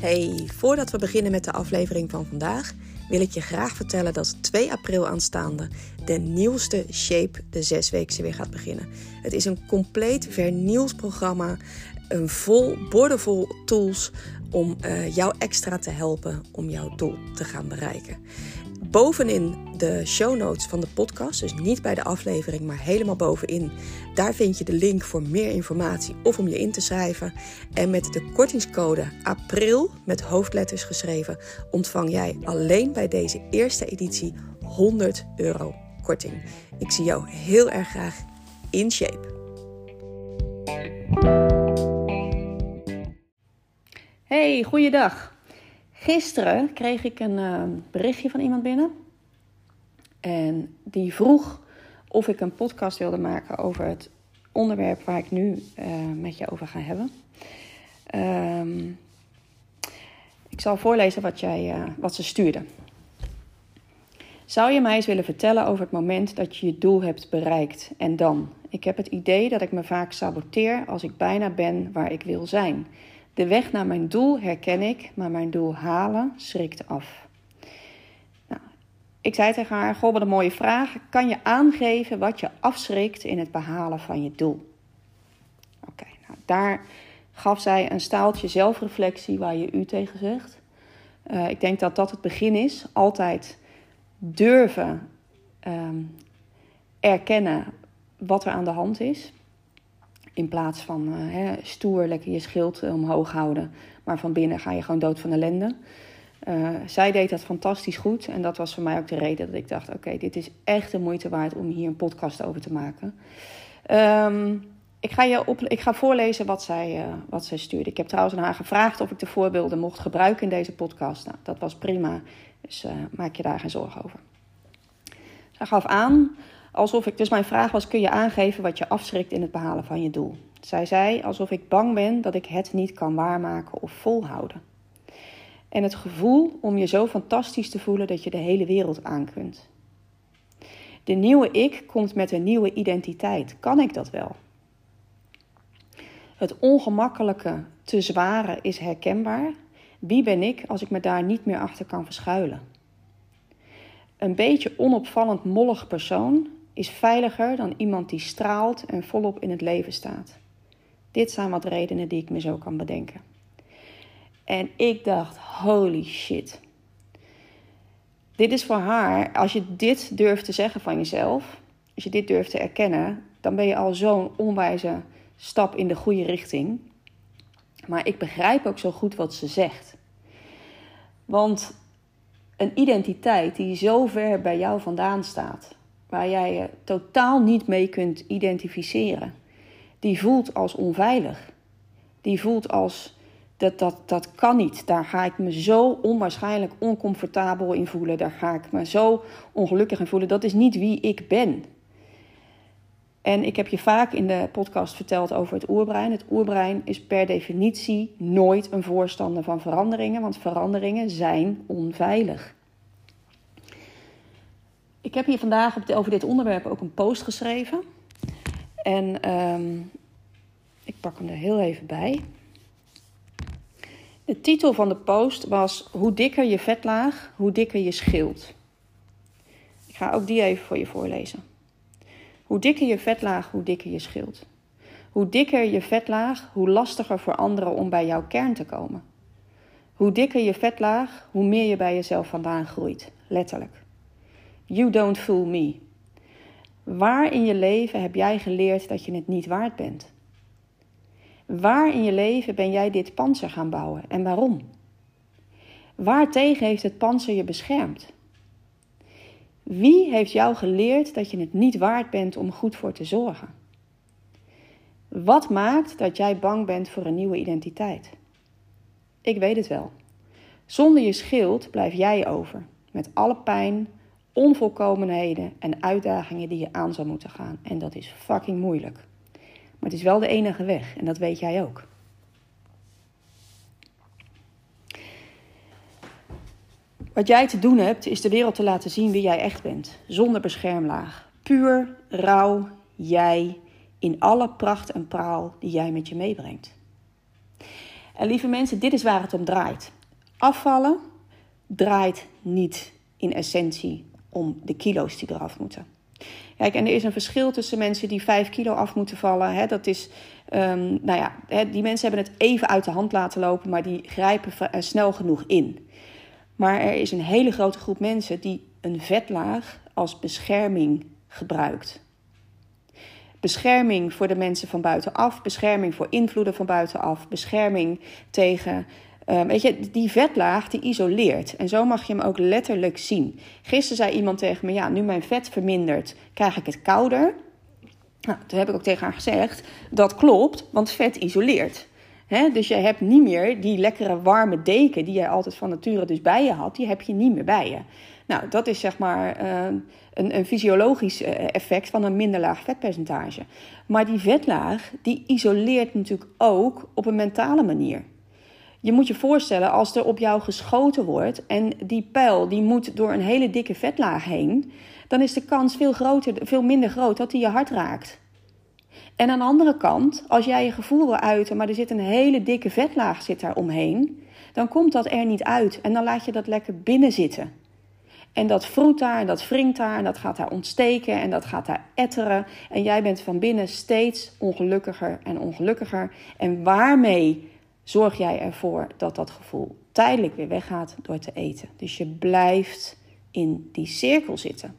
Hey, voordat we beginnen met de aflevering van vandaag, wil ik je graag vertellen dat 2 april aanstaande de nieuwste Shape, de 6-weekse, weer gaat beginnen. Het is een compleet vernieuwd programma, een boordevol tools om jou extra te helpen om jouw doel te gaan bereiken. Bovenin de show notes van de podcast, dus niet bij de aflevering, maar helemaal bovenin. Daar vind je de link voor meer informatie of om je in te schrijven. En met de kortingscode APRIL, met hoofdletters geschreven, ontvang jij alleen bij deze eerste editie €100 korting. Ik zie jou heel erg graag in Shape. Hey, goeiedag. Gisteren kreeg ik een berichtje van iemand binnen. En die vroeg of ik een podcast wilde maken over het onderwerp waar ik nu met je over ga hebben. Ik zal voorlezen wat ze stuurde. Zou je mij eens willen vertellen over het moment dat je je doel hebt bereikt en dan? Ik heb het idee dat ik me vaak saboteer als ik bijna ben waar ik wil zijn. De weg naar mijn doel herken ik, maar mijn doel halen schrikt af. Nou, ik zei tegen haar, goh, wat een mooie vraag. Kan je aangeven wat je afschrikt in het behalen van je doel? Oké, nou, daar gaf zij een staaltje zelfreflectie waar je u tegen zegt. Ik denk dat dat het begin is. Altijd durven erkennen wat er aan de hand is. In plaats van stoer lekker je schild omhoog houden. Maar van binnen ga je gewoon dood van ellende. Zij deed dat fantastisch goed. En dat was voor mij ook de reden dat ik dacht, oké, dit is echt de moeite waard om hier een podcast over te maken. Ik ga voorlezen wat zij stuurde. Ik heb trouwens aan haar gevraagd of ik de voorbeelden mocht gebruiken in deze podcast. Nou, dat was prima. Dus maak je daar geen zorgen over. Zij gaf aan... Dus mijn vraag was, kun je aangeven wat je afschrikt in het behalen van je doel? Zij zei, alsof ik bang ben dat ik het niet kan waarmaken of volhouden. En het gevoel om je zo fantastisch te voelen dat je de hele wereld aan kunt. De nieuwe ik komt met een nieuwe identiteit. Kan ik dat wel? Het ongemakkelijke, te zware is herkenbaar. Wie ben ik als ik me daar niet meer achter kan verschuilen? Een beetje onopvallend mollig persoon is veiliger dan iemand die straalt en volop in het leven staat. Dit zijn wat redenen die ik me zo kan bedenken. En ik dacht, holy shit. Dit is voor haar, als je dit durft te zeggen van jezelf, als je dit durft te erkennen, dan ben je al zo'n onwijze stap in de goede richting. Maar ik begrijp ook zo goed wat ze zegt. Want een identiteit die zo ver bij jou vandaan staat, waar jij je totaal niet mee kunt identificeren, die voelt als onveilig. Die voelt als, dat kan niet. Daar ga ik me zo onwaarschijnlijk oncomfortabel in voelen. Daar ga ik me zo ongelukkig in voelen. Dat is niet wie ik ben. En ik heb je vaak in de podcast verteld over het oerbrein. Het oerbrein is per definitie nooit een voorstander van veranderingen, want veranderingen zijn onveilig. Ik heb hier vandaag over dit onderwerp ook een post geschreven. En ik pak hem er heel even bij. De titel van de post was: hoe dikker je vetlaag, hoe dikker je schild. Ik ga ook die even voor je voorlezen. Hoe dikker je vetlaag, hoe dikker je schild. Hoe dikker je vetlaag, hoe lastiger voor anderen om bij jouw kern te komen. Hoe dikker je vetlaag, hoe meer je bij jezelf vandaan groeit. Letterlijk. You don't fool me. Waar in je leven heb jij geleerd dat je het niet waard bent? Waar in je leven ben jij dit pantser gaan bouwen en waarom? Waartegen heeft het pantser je beschermd? Wie heeft jou geleerd dat je het niet waard bent om goed voor te zorgen? Wat maakt dat jij bang bent voor een nieuwe identiteit? Ik weet het wel. Zonder je schild blijf jij over. Met alle pijn, onvolkomenheden en uitdagingen die je aan zou moeten gaan. En dat is fucking moeilijk. Maar het is wel de enige weg en dat weet jij ook. Wat jij te doen hebt, is de wereld te laten zien wie jij echt bent. Zonder beschermlaag. Puur, rauw, jij, in alle pracht en praal die jij met je meebrengt. En lieve mensen, dit is waar het om draait. Afvallen draait niet in essentie om de kilo's die eraf moeten. Kijk, en er is een verschil tussen mensen die 5 kilo af moeten vallen. Hè, dat is, die mensen hebben het even uit de hand laten lopen, maar die grijpen snel genoeg in. Maar er is een hele grote groep mensen die een vetlaag als bescherming gebruikt. Bescherming voor de mensen van buitenaf, bescherming voor invloeden van buitenaf, bescherming tegen... die vetlaag die isoleert. En zo mag je hem ook letterlijk zien. Gisteren zei iemand tegen me, nu mijn vet vermindert, krijg ik het kouder. Nou, toen heb ik ook tegen haar gezegd, dat klopt, want vet isoleert. Dus je hebt niet meer die lekkere warme deken die jij altijd van nature dus bij je had, die heb je niet meer bij je. Nou, dat is zeg maar een fysiologisch effect van een minder laag vetpercentage. Maar die vetlaag, die isoleert natuurlijk ook op een mentale manier. Je moet je voorstellen, als er op jou geschoten wordt en die pijl die moet door een hele dikke vetlaag heen, dan is de kans veel minder groot dat die je hart raakt. En aan de andere kant, als jij je gevoel wil uiten, maar er zit een hele dikke vetlaag daar omheen, dan komt dat er niet uit en dan laat je dat lekker binnen zitten. En dat vroet daar en dat wringt daar en dat gaat daar ontsteken en dat gaat daar etteren. En jij bent van binnen steeds ongelukkiger en ongelukkiger. En waarmee zorg jij ervoor dat dat gevoel tijdelijk weer weggaat door te eten. Dus je blijft in die cirkel zitten.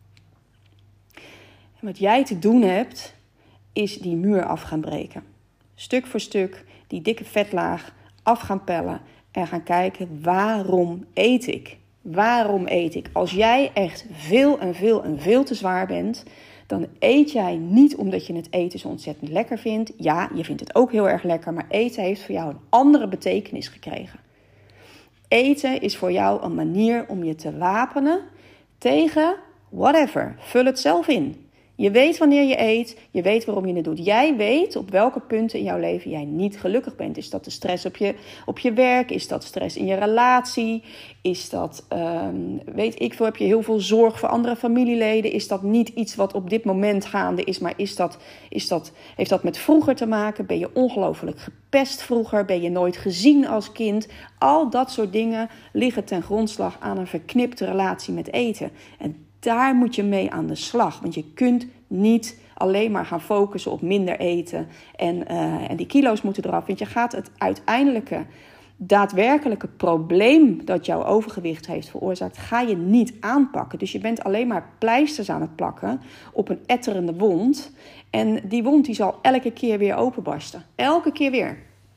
En wat jij te doen hebt, is die muur af gaan breken. Stuk voor stuk die dikke vetlaag af gaan pellen en gaan kijken, waarom eet ik? Waarom eet ik? Als jij echt veel te zwaar bent, dan eet jij niet omdat je het eten zo ontzettend lekker vindt. Ja, je vindt het ook heel erg lekker, maar eten heeft voor jou een andere betekenis gekregen. Eten is voor jou een manier om je te wapenen tegen whatever. Vul het zelf in. Je weet wanneer je eet, je weet waarom je het doet. Jij weet op welke punten in jouw leven jij niet gelukkig bent. Is dat de stress op je werk? Is dat stress in je relatie? Is dat, heb je heel veel zorg voor andere familieleden? Is dat niet iets wat op dit moment gaande is, maar heeft dat met vroeger te maken? Ben je ongelooflijk gepest vroeger? Ben je nooit gezien als kind? Al dat soort dingen liggen ten grondslag aan een verknipte relatie met eten. En daar moet je mee aan de slag. Want je kunt niet alleen maar gaan focussen op minder eten en die kilo's moeten eraf. Want je gaat het uiteindelijke, daadwerkelijke probleem dat jouw overgewicht heeft veroorzaakt, ga je niet aanpakken. Dus je bent alleen maar pleisters aan het plakken op een etterende wond. En die wond die zal elke keer weer openbarsten. Elke keer weer.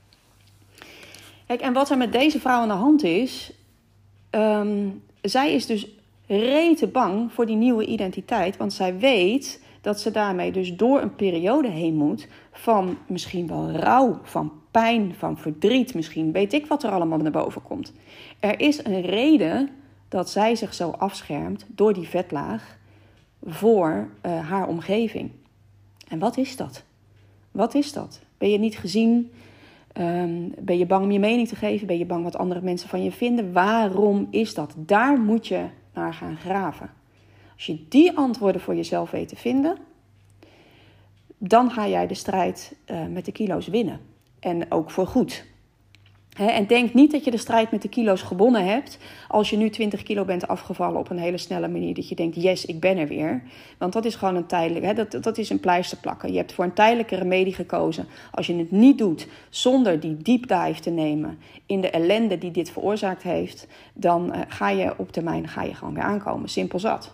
Kijk, en wat er met deze vrouw aan de hand is, zij is dus rete bang voor die nieuwe identiteit, want zij weet dat ze daarmee dus door een periode heen moet van misschien wel rouw, van pijn, van verdriet, misschien weet ik wat er allemaal naar boven komt. Er is een reden dat zij zich zo afschermt door die vetlaag voor haar omgeving. En wat is dat? Wat is dat? Ben je niet gezien? Ben je bang om je mening te geven? Ben je bang wat andere mensen van je vinden? Waarom is dat? Daar moet je naar gaan graven. Als je die antwoorden voor jezelf weet te vinden, dan ga jij de strijd met de kilo's winnen. En ook voor goed. En denk niet dat je de strijd met de kilo's gewonnen hebt als je nu 20 kilo bent afgevallen op een hele snelle manier. Dat je denkt, yes, ik ben er weer. Want dat is gewoon een tijdelijk, dat is een pleister plakken. Je hebt voor een tijdelijke remedie gekozen. Als je het niet doet zonder die deep dive te nemen in de ellende die dit veroorzaakt heeft, dan ga je op termijn gewoon weer aankomen. Simpel zat.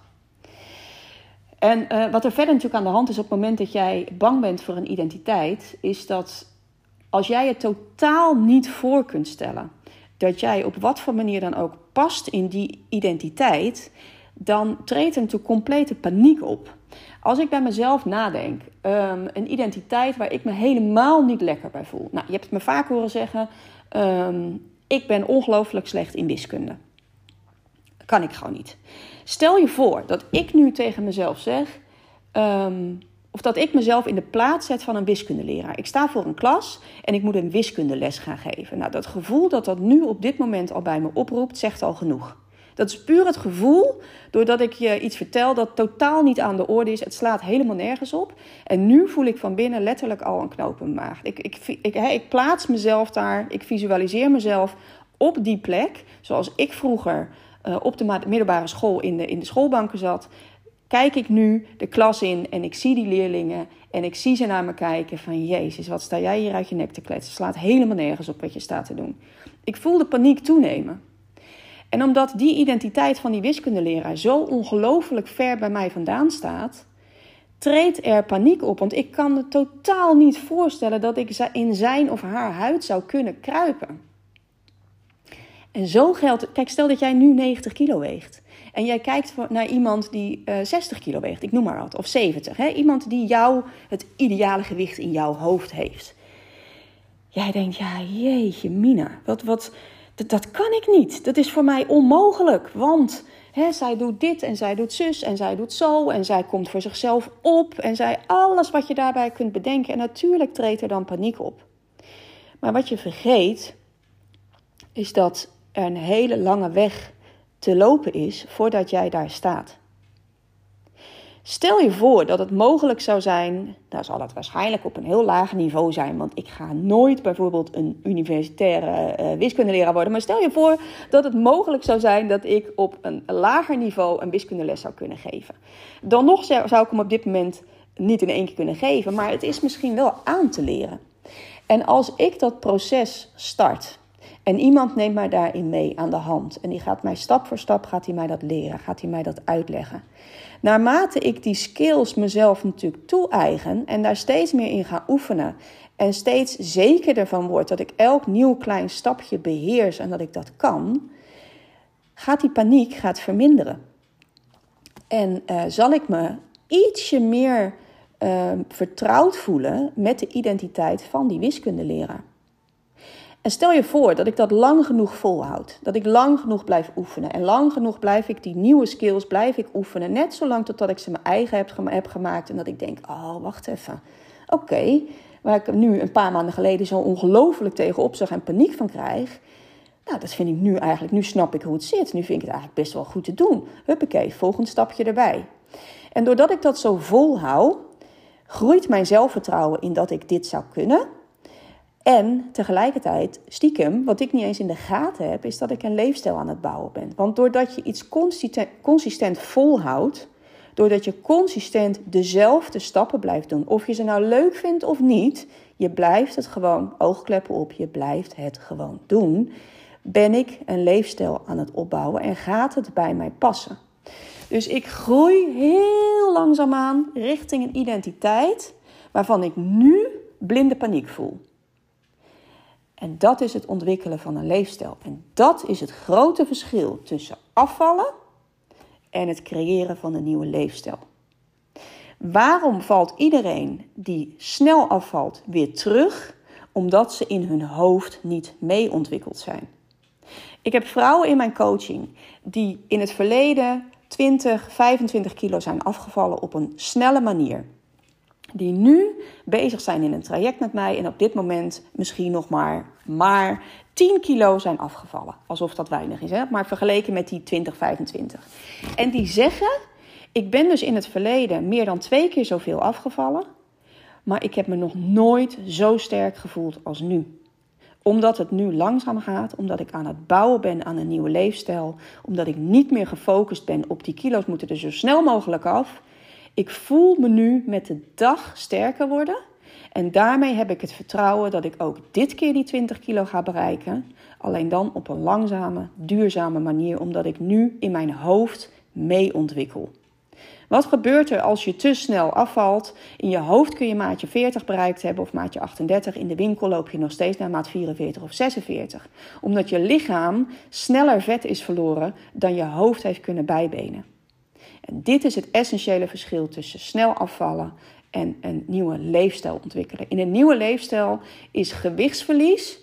En wat er verder natuurlijk aan de hand is op het moment dat jij bang bent voor een identiteit, is dat als jij je totaal niet voor kunt stellen dat jij op wat voor manier dan ook past in die identiteit, dan treedt er natuurlijk complete paniek op. Als ik bij mezelf nadenk, een identiteit waar ik me helemaal niet lekker bij voel. Nou, je hebt het me vaak horen zeggen, ik ben ongelooflijk slecht in wiskunde. Kan ik gewoon niet. Stel je voor dat ik nu tegen mezelf zeg, of dat ik mezelf in de plaats zet van een wiskundeleraar. Ik sta voor een klas en ik moet een wiskundeles gaan geven. Nou, dat gevoel dat nu op dit moment al bij me oproept, zegt al genoeg. Dat is puur het gevoel, doordat ik je iets vertel dat totaal niet aan de orde is. Het slaat helemaal nergens op. En nu voel ik van binnen letterlijk al een knoop in mijn maag. Ik plaats mezelf daar, ik visualiseer mezelf op die plek. Zoals ik vroeger op de middelbare school in de schoolbanken zat. Kijk ik nu de klas in en ik zie die leerlingen en ik zie ze naar me kijken van Jezus, wat sta jij hier uit je nek te kletsen? Het slaat helemaal nergens op wat je staat te doen. Ik voel de paniek toenemen. En omdat die identiteit van die wiskundeleraar zo ongelooflijk ver bij mij vandaan staat, treedt er paniek op. Want ik kan me totaal niet voorstellen dat ik in zijn of haar huid zou kunnen kruipen. En zo geldt, kijk, stel dat jij nu 90 kilo weegt. En jij kijkt naar iemand die 60 kilo weegt, ik noem maar wat, of 70. Hè? Iemand die het ideale gewicht in jouw hoofd heeft. Jij denkt, ja jeetje mina, dat kan ik niet. Dat is voor mij onmogelijk, want zij doet dit en zij doet zus en zij doet zo. En zij komt voor zichzelf op en alles wat je daarbij kunt bedenken. En natuurlijk treedt er dan paniek op. Maar wat je vergeet, is dat er een hele lange weg te lopen is voordat jij daar staat. Stel je voor dat het mogelijk zou zijn, dan zal het waarschijnlijk op een heel laag niveau zijn, want ik ga nooit bijvoorbeeld een universitaire wiskundeleraar worden, maar stel je voor dat het mogelijk zou zijn dat ik op een lager niveau een wiskundeles zou kunnen geven. Dan nog zou ik hem op dit moment niet in één keer kunnen geven, maar het is misschien wel aan te leren. En als ik dat proces start en iemand neemt mij daarin mee aan de hand en die gaat mij stap voor stap dat leren, gaat hij mij dat uitleggen. Naarmate ik die skills mezelf natuurlijk toe-eigen en daar steeds meer in ga oefenen en steeds zekerder van word dat ik elk nieuw klein stapje beheers en dat ik dat kan, gaat die paniek verminderen. En zal ik me ietsje meer vertrouwd voelen met de identiteit van die wiskundeleraar. En stel je voor dat ik dat lang genoeg volhoud. Dat ik lang genoeg blijf oefenen. En lang genoeg blijf ik die nieuwe skills oefenen. Net zolang totdat ik ze mijn eigen heb gemaakt. En dat ik denk, wacht even. Oké, waar ik nu een paar maanden geleden zo ongelooflijk tegenop zag en paniek van krijg. Nou, dat vind ik nu eigenlijk, nu snap ik hoe het zit. Nu vind ik het eigenlijk best wel goed te doen. Huppakee, volgend stapje erbij. En doordat ik dat zo volhoud, groeit mijn zelfvertrouwen in dat ik dit zou kunnen. En tegelijkertijd, stiekem, wat ik niet eens in de gaten heb, is dat ik een leefstijl aan het bouwen ben. Want doordat je iets consistent volhoudt, doordat je consistent dezelfde stappen blijft doen, of je ze nou leuk vindt of niet, je blijft het gewoon, oogkleppen op, je blijft het gewoon doen, ben ik een leefstijl aan het opbouwen en gaat het bij mij passen. Dus ik groei heel langzaamaan richting een identiteit waarvan ik nu blinde paniek voel. En dat is het ontwikkelen van een leefstijl. En dat is het grote verschil tussen afvallen en het creëren van een nieuwe leefstijl. Waarom valt iedereen die snel afvalt weer terug? Omdat ze in hun hoofd niet mee ontwikkeld zijn. Ik heb vrouwen in mijn coaching die in het verleden 20, 25 kilo zijn afgevallen op een snelle manier. Die nu bezig zijn in een traject met mij en op dit moment misschien nog maar 10 kilo zijn afgevallen. Alsof dat weinig is, hè? Maar vergeleken met die 20, 25. En die zeggen, ik ben dus in het verleden meer dan 2 keer zoveel afgevallen, maar ik heb me nog nooit zo sterk gevoeld als nu. Omdat het nu langzaam gaat, omdat ik aan het bouwen ben aan een nieuwe leefstijl, omdat ik niet meer gefocust ben op die kilo's moeten er zo snel mogelijk af. Ik voel me nu met de dag sterker worden en daarmee heb ik het vertrouwen dat ik ook dit keer die 20 kilo ga bereiken. Alleen dan op een langzame, duurzame manier, omdat ik nu in mijn hoofd mee ontwikkel. Wat gebeurt er als je te snel afvalt? In je hoofd kun je maatje 40 bereikt hebben of maatje 38. In de winkel loop je nog steeds naar maat 44 of 46. Omdat je lichaam sneller vet is verloren dan je hoofd heeft kunnen bijbenen. En dit is het essentiële verschil tussen snel afvallen en een nieuwe leefstijl ontwikkelen. In een nieuwe leefstijl is gewichtsverlies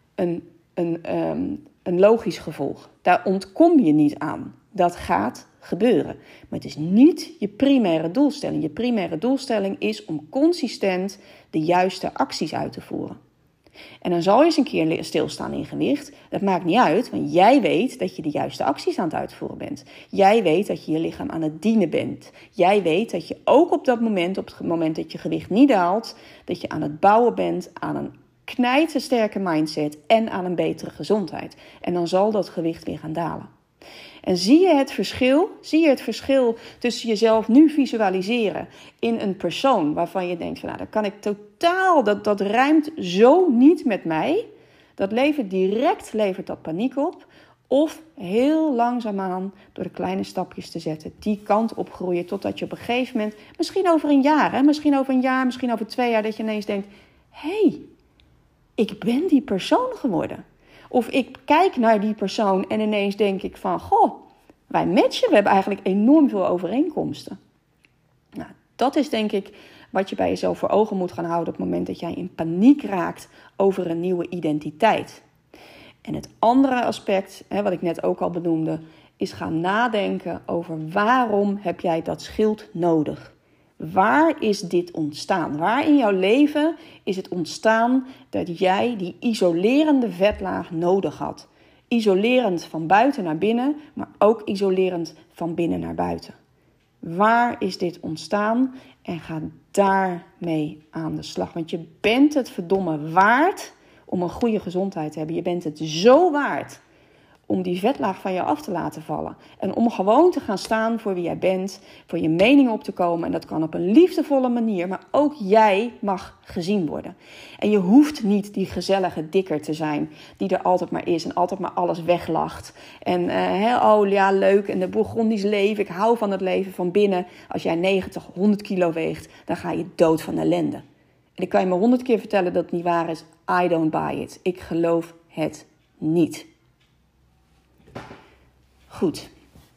een logisch gevolg. Daar ontkom je niet aan. Dat gaat gebeuren. Maar het is niet je primaire doelstelling. Je primaire doelstelling is om consistent de juiste acties uit te voeren. En dan zal je eens een keer stilstaan in gewicht. Dat maakt niet uit, want jij weet dat je de juiste acties aan het uitvoeren bent. Jij weet dat je je lichaam aan het dienen bent. Jij weet dat je ook op het moment dat je gewicht niet daalt, dat je aan het bouwen bent aan een knijtersterke mindset en aan een betere gezondheid. En dan zal dat gewicht weer gaan dalen. En zie je het verschil? Zie je het verschil tussen jezelf nu visualiseren in een persoon waarvan je denkt van, nou, dat kan ik totaal, dat rijmt zo niet met mij. Dat levert dat paniek op. Of heel langzaamaan door de kleine stapjes te zetten, die kant op groeien totdat je op een gegeven moment, misschien over een jaar, misschien over 2 jaar, dat je ineens denkt, hé, ik ben die persoon geworden. Of ik kijk naar die persoon en ineens denk ik van, goh, wij matchen, we hebben eigenlijk enorm veel overeenkomsten. Nou, dat is denk ik wat je bij jezelf voor ogen moet gaan houden op het moment dat jij in paniek raakt over een nieuwe identiteit. En het andere aspect, wat ik net ook al benoemde, is gaan nadenken over waarom heb jij dat schild nodig? Waar is dit ontstaan? Waar in jouw leven is het ontstaan dat jij die isolerende vetlaag nodig had? Isolerend van buiten naar binnen, maar ook isolerend van binnen naar buiten. Waar is dit ontstaan? En ga daarmee aan de slag. Want je bent het verdomme waard om een goede gezondheid te hebben. Je bent het zo waard om die vetlaag van je af te laten vallen. En om gewoon te gaan staan voor wie jij bent, voor je mening op te komen. En dat kan op een liefdevolle manier, maar ook jij mag gezien worden. En je hoeft niet die gezellige dikker te zijn, die er altijd maar is en altijd maar alles weglacht. En oh ja, leuk, en de Bourgondisch leven, ik hou van het leven van binnen. Als jij 90, 100 kilo weegt, dan ga je dood van ellende. En ik kan je maar 100 keer vertellen dat het niet waar is. I don't buy it. Ik geloof het niet. Goed.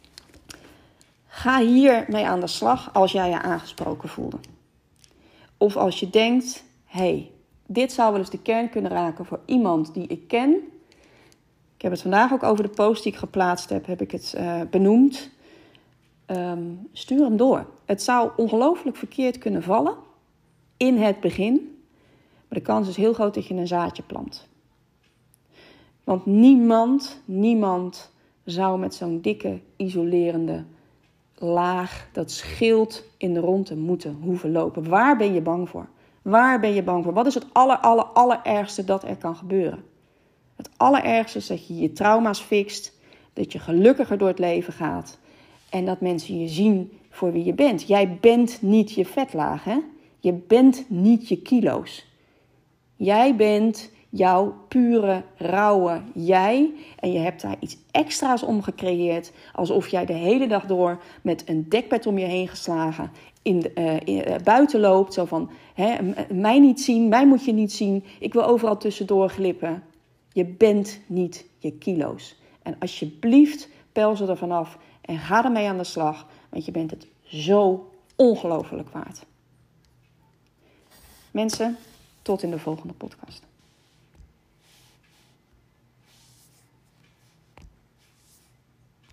Ga hiermee aan de slag als jij je aangesproken voelde. Of als je denkt, hey, dit zou wel eens de kern kunnen raken voor iemand die ik ken. Ik heb het vandaag ook over de post die ik geplaatst heb ik het benoemd. Stuur hem door. Het zou ongelooflijk verkeerd kunnen vallen in het begin. Maar de kans is heel groot dat je een zaadje plant. Want niemand zou met zo'n dikke, isolerende laag, dat schild in de ronde moeten hoeven lopen. Waar ben je bang voor? Waar ben je bang voor? Wat is het allerergste dat er kan gebeuren? Het allerergste is dat je je trauma's fixt, dat je gelukkiger door het leven gaat en dat mensen je zien voor wie je bent. Jij bent niet je vetlaag, hè? Je bent niet je kilo's. Jij bent jouw pure, rauwe jij. En je hebt daar iets extra's om gecreëerd. Alsof jij de hele dag door met een dekbed om je heen geslagen buiten loopt. Zo van, mij niet zien, mij moet je niet zien. Ik wil overal tussendoor glippen. Je bent niet je kilo's. En alsjeblieft, pel ze er vanaf en ga ermee aan de slag. Want je bent het zo ongelooflijk waard. Mensen, tot in de volgende podcast.